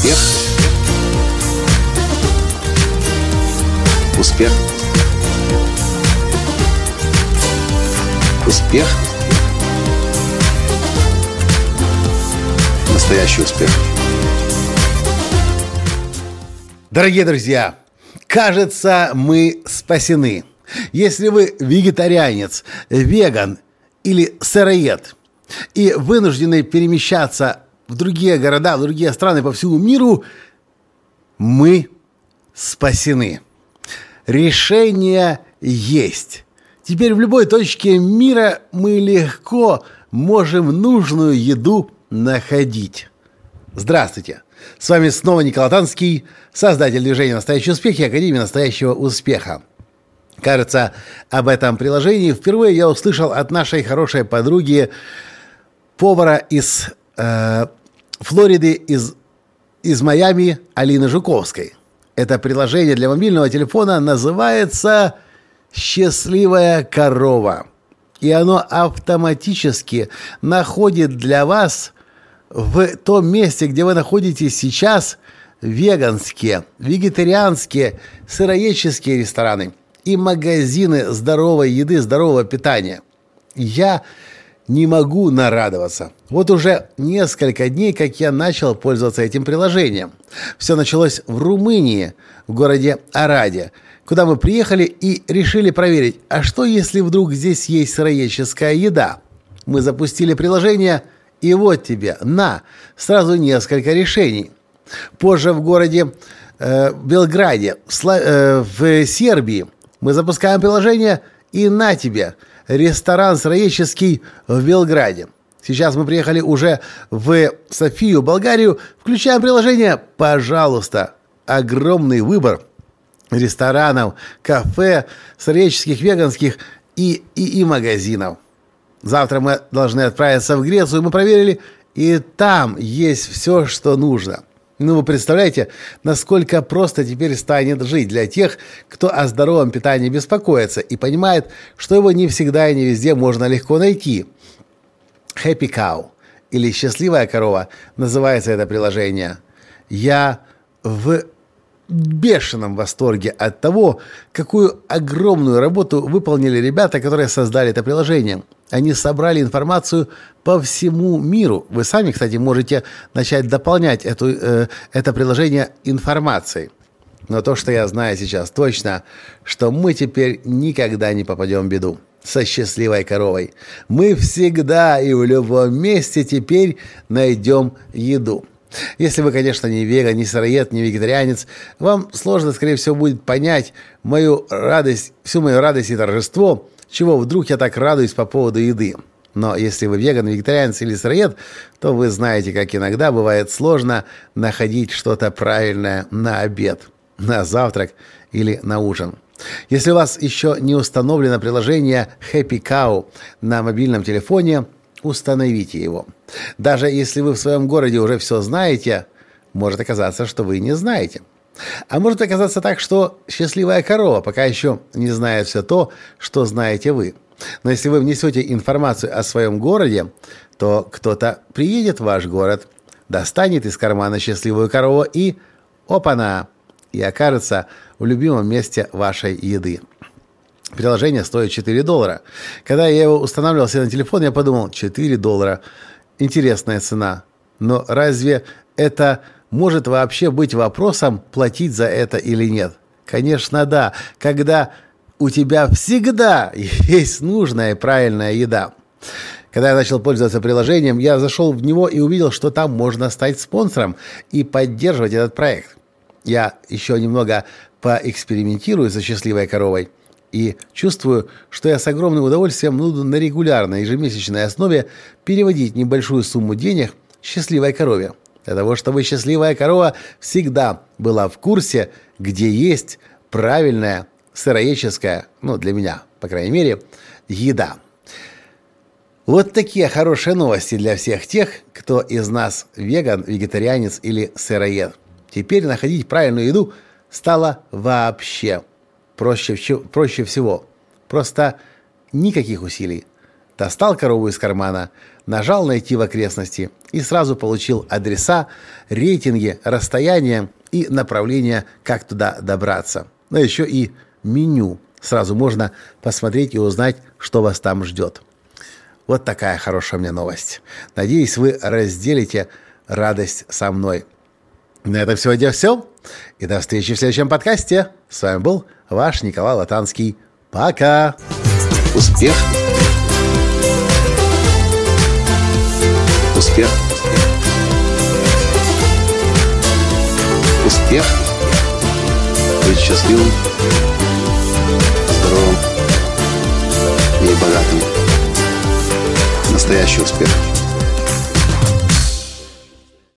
Успех. Успех. Успех. Настоящий успех. Дорогие друзья, кажется, мы спасены. Если вы вегетарианец, веган или сыроед и вынуждены перемещаться в другие города, в другие страны по всему миру, мы спасены. Решение есть. Теперь в любой точке мира мы легко можем нужную еду находить. Здравствуйте! С вами снова Николай Танский, создатель движения «Настоящий успех» и Академии настоящего успеха. Кажется, об этом приложении впервые я услышал от нашей хорошей подруги, повара из Флориды, из Майами, Алины Жуковской. Это приложение для мобильного телефона называется «Счастливая корова». И оно автоматически находит для вас в том месте, где вы находитесь сейчас, веганские, вегетарианские, сыроедческие рестораны и магазины здоровой еды, здорового питания. Я не могу нарадоваться. Вот уже несколько дней, как я начал пользоваться этим приложением. Все началось в Румынии, в городе Араде, куда мы приехали и решили проверить, а что если вдруг здесь есть сыроедческая еда? Мы запустили приложение, и вот тебе, сразу несколько решений. Позже в городе Белграде, в Сербии, мы запускаем приложение, и на тебе, ресторан сыроедческий в Белграде. Сейчас мы приехали уже в Софию, Болгарию. Включаем приложение. Пожалуйста, огромный выбор ресторанов, кафе, сыроедческих, веганских и магазинов. Завтра мы должны отправиться в Грецию. Мы проверили, и там есть все, что нужно. Ну, вы представляете, насколько просто теперь станет жить для тех, кто о здоровом питании беспокоится и понимает, что его не всегда и не везде можно легко найти. Happy Cow или «Счастливая корова» называется это приложение. Я в бешеном восторге от того, какую огромную работу выполнили ребята, которые создали это приложение. Они собрали информацию по всему миру. Вы сами, кстати, можете начать дополнять это приложение информацией. Но то, что я знаю сейчас точно, что мы теперь никогда не попадем в беду со счастливой коровой. Мы всегда и в любом месте теперь найдем еду. Если вы, конечно, не веган, не сыроед, не вегетарианец, вам сложно, скорее всего, будет понять мою радость, всю мою радость и торжество, чего вдруг я так радуюсь по поводу еды. Но если вы веган, вегетарианец или сыроед, то вы знаете, как иногда бывает сложно находить что-то правильное на обед, на завтрак или на ужин. Если у вас еще не установлено приложение Happy Cow на мобильном телефоне, установите его. Даже если вы в своем городе уже все знаете, может оказаться, что вы не знаете. А может оказаться так, что счастливая корова пока еще не знает все то, что знаете вы. Но если вы внесете информацию о своем городе, то кто-то приедет в ваш город, достанет из кармана счастливую корову и опа-на! И окажется в любимом месте вашей еды. Приложение стоит $4. Когда я его устанавливал себе на телефон, я подумал, $4. Интересная цена. Но разве это может вообще быть вопросом, платить за это или нет? Конечно, да. Когда у тебя всегда есть нужная и правильная еда. Когда я начал пользоваться приложением, я зашел в него и увидел, что там можно стать спонсором и поддерживать этот проект. Я еще немного поэкспериментирую со счастливой коровой и чувствую, что я с огромным удовольствием буду на регулярной ежемесячной основе переводить небольшую сумму денег счастливой корове. Для того, чтобы счастливая корова всегда была в курсе, где есть правильная сыроедческая, для меня, по крайней мере, еда. Вот такие хорошие новости для всех тех, кто из нас веган, вегетарианец или сыроед. Теперь находить правильную еду стало вообще проще всего. Просто никаких усилий. достал коробу из кармана, нажал «Найти в окрестности» и сразу получил адреса, рейтинги, расстояния и направления, как туда добраться. Но еще и меню. Сразу можно посмотреть и узнать, что вас там ждет. Вот такая хорошая мне новость. Надеюсь, вы разделите радость со мной. На этом сегодня все. И до встречи в следующем подкасте. С вами был ваш Николай Латанский. Пока! Успех! Успех! Успех! Быть счастливым, здоровым и богатым. Настоящий успех!